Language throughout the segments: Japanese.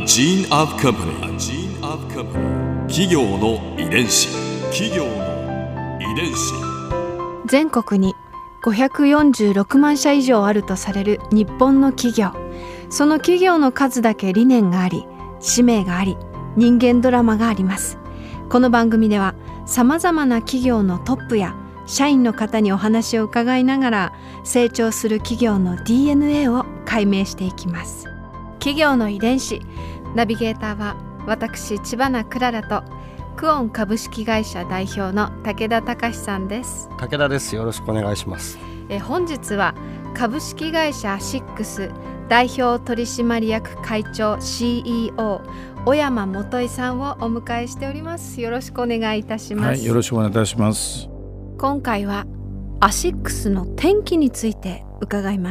gene of company。 企業の遺伝子。 全国に546万社以上あるとされる日本の企業。その企業の数だけ理念があり、使命があり、人間ドラマがあります。この番組ではさまざまな企業のトップや社員の方にお話を伺いながら、成長する企業の DNA を解明していきます。企業の遺伝子。ナビゲーターは私知花くららと、クオン株式会社代表の武田隆さんです。 武田です。よろしくお願いします。 本日は株式会社アシックス代表取締役会長 CEO 小山元井さんをお迎えしております。よろしくお願いいたします。 はい、よろしくお願いいたします。 今回はアシックスの転機について伺います。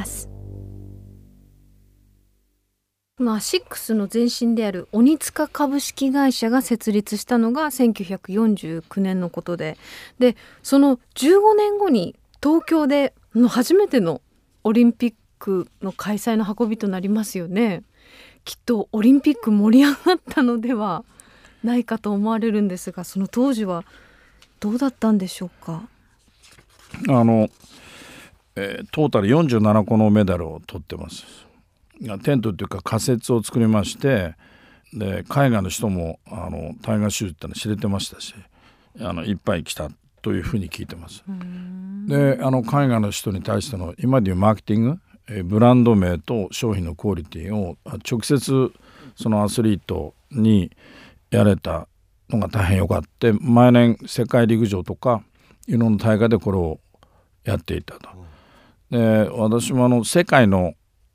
このアシックスの前身である鬼塚株式会社が設立したのが1949年のことで、その15年後に東京で初めてのオリンピックの開催の運びとなりますよね。きっとオリンピック盛り上がったのではないかと思われるんですが、その当時はどうだったんでしょうか。 トータル47個のメダルを取ってます。テントというか仮設を作りまして、で海外の人もタイガーシューズっての知れてましたし、いっぱい来たというふうに聞いてます。で海外の人に対しての今でいうマーケティング、ブランド名と商品のクオリティを直接そのアスリートにやれたのが大変よかった。毎年世界陸上とかいろんな大会でこれをやっていたと。で私も世界の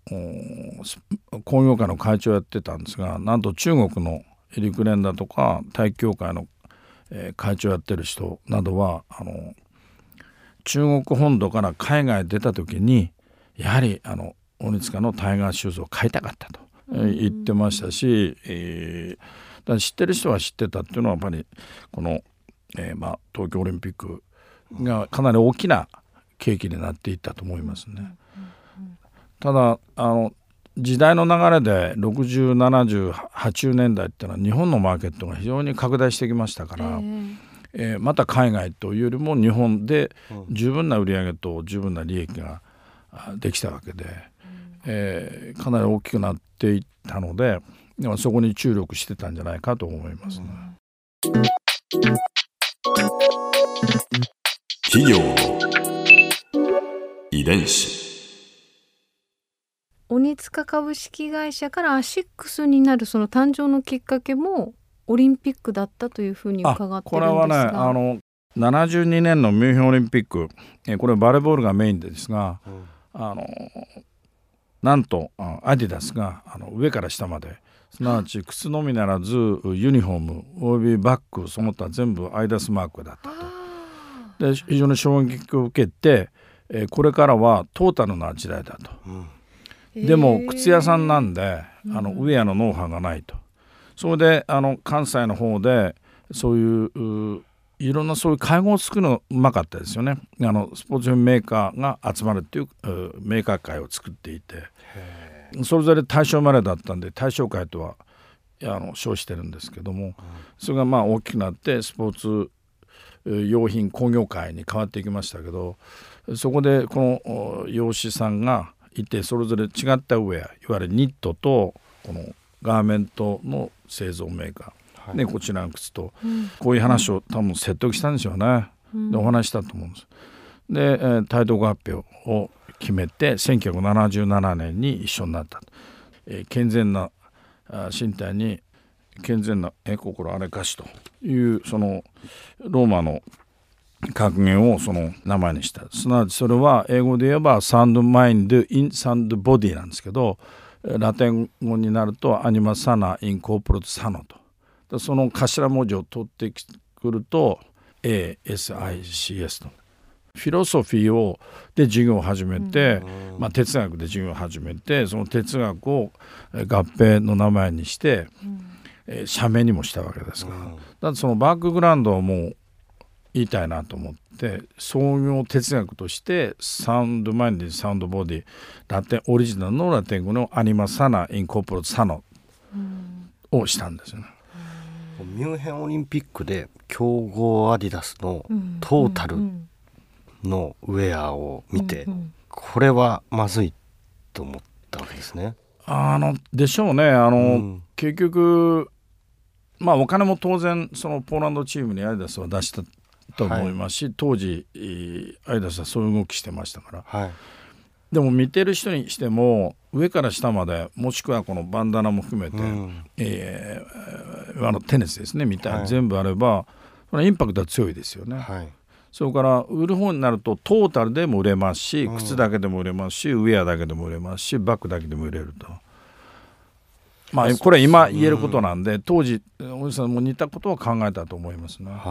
工業会の会長をやってたんですが、なんと中国の陸連だとか体育協会の会長をやってる人などは中国本土から海外出た時にやはり鬼塚のタイガーシューズを買いたかったと言ってましたし、だから知ってる人は知ってたっていうのはやっぱりこの、東京オリンピックがかなり大きな契機になっていったと思いますね。ただ時代の流れで60、70、80年代っていうのは日本のマーケットが非常に拡大してきましたから、また海外というよりも日本で十分な売り上げと十分な利益ができたわけで、かなり大きくなっていったので、そこに注力してたんじゃないかと思いますね。 企業の遺伝子。 鬼塚株式会社からアシックスになるその誕生のきっかけもオリンピックだったというふうに伺ってるんですが、 これはね72年のミュンヘンオリンピック、これはバレーボールがメインですが、なんとアディダスが上から下まで、すなわち靴のみならずユニフォームおよびバッグその他全部アディダスマークだったと。で非常に衝撃を受けて、これからはトータルな時代だと。でも靴屋さんなんでウェアのノウハウがないと。それで関西の方でそういういろんなそういう会合を作るのうまかったですよね。スポーツ用品メーカーが集まるっていうメーカー会を作っていて、それぞれ大正生まれだったんで大正会とは称してるんですけども、それが大きくなってスポーツ用品工業会に変わっていきましたけど、そこでこの洋紙さんがいて、それぞれ違ったウェア、いわゆるニットとこのガーメントの製造メーカー、でこちらの靴と、こういう話を多分説得したんでしょうね。でお話したと思うんです。で対等合併を決めて1977年に一緒になった。健全な身体に健全な心あれかしというそのローマの格言をその名前にした。すなわちそれは英語で言えばサウンドマインドインサウンドボディなんですけど、ラテン語になるとアニマサナインコーポレートサノと。その頭文字を取ってくると ASICS と。フィロソフィーで授業を始めて、哲学で授業を始めて、その哲学を合併の名前にして、社名にもしたわけですから、だからそのバックグラウンドをもう言いたいなと思って創業哲学としてサウンドマインドサウンドボディラテンオリジナルのラテン語のアニマサナインコーポレートサノをしたんですよね。 ミュンヘンオリンピックで強豪アディダスのトータルのウェアを見て、これはまずいと思ったわけですね。 でしょうね。結局お金も当然そのポーランドチームにアディダスは出したと思いますし、当時アディダスはそういう動きしてましたから、でも見てる人にしても上から下まで、もしくはこのバンダナも含めて、テニスですねみたいな全部あれば、インパクトは強いですよね。それから売る方になるとトータルでも売れますし、靴だけでも売れますし、ウェアだけでも売れますし、バッグだけでも売れると。これは今言えることなんで、当時おじさんも似たことは考えたと思いますね。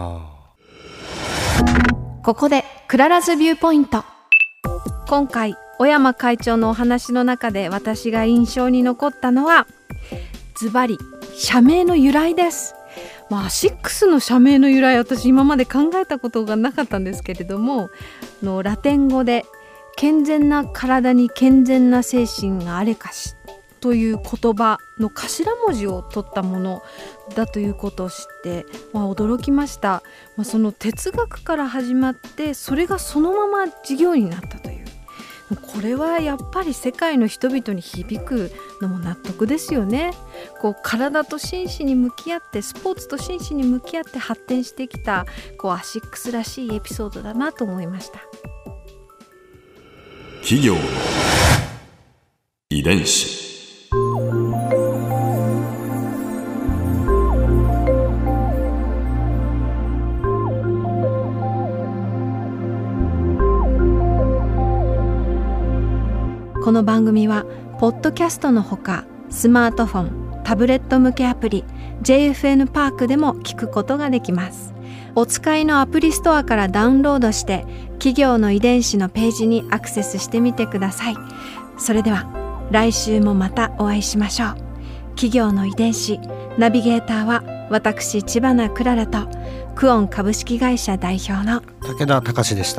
ここでクララズビューポイント。今回小山会長のお話の中で私が印象に残ったのはズバリ社名の由来です。アシックスの社名の由来、私今まで考えたことがなかったんですけれども、ラテン語で健全な体に健全な精神があれかしという言葉の頭文字を取ったものだということを知って、驚きました。その哲学から始まって、それがそのまま事業になったという、これはやっぱり世界の人々に響くのも納得ですよね。体と真摯に向き合って、スポーツと真摯に向き合って発展してきたアシックスらしいエピソードだなと思いました。 企業の遺伝子。 この番組はポッドキャストのほか、スマートフォン、タブレット向けアプリ JFN パークでも聞くことができます。お使いのアプリストアからダウンロードして企業の遺伝子のページにアクセスしてみてください。それでは来週もまたお会いしましょう。企業の遺伝子、ナビゲーターは私知花くららとクオン株式会社代表の武田隆でした。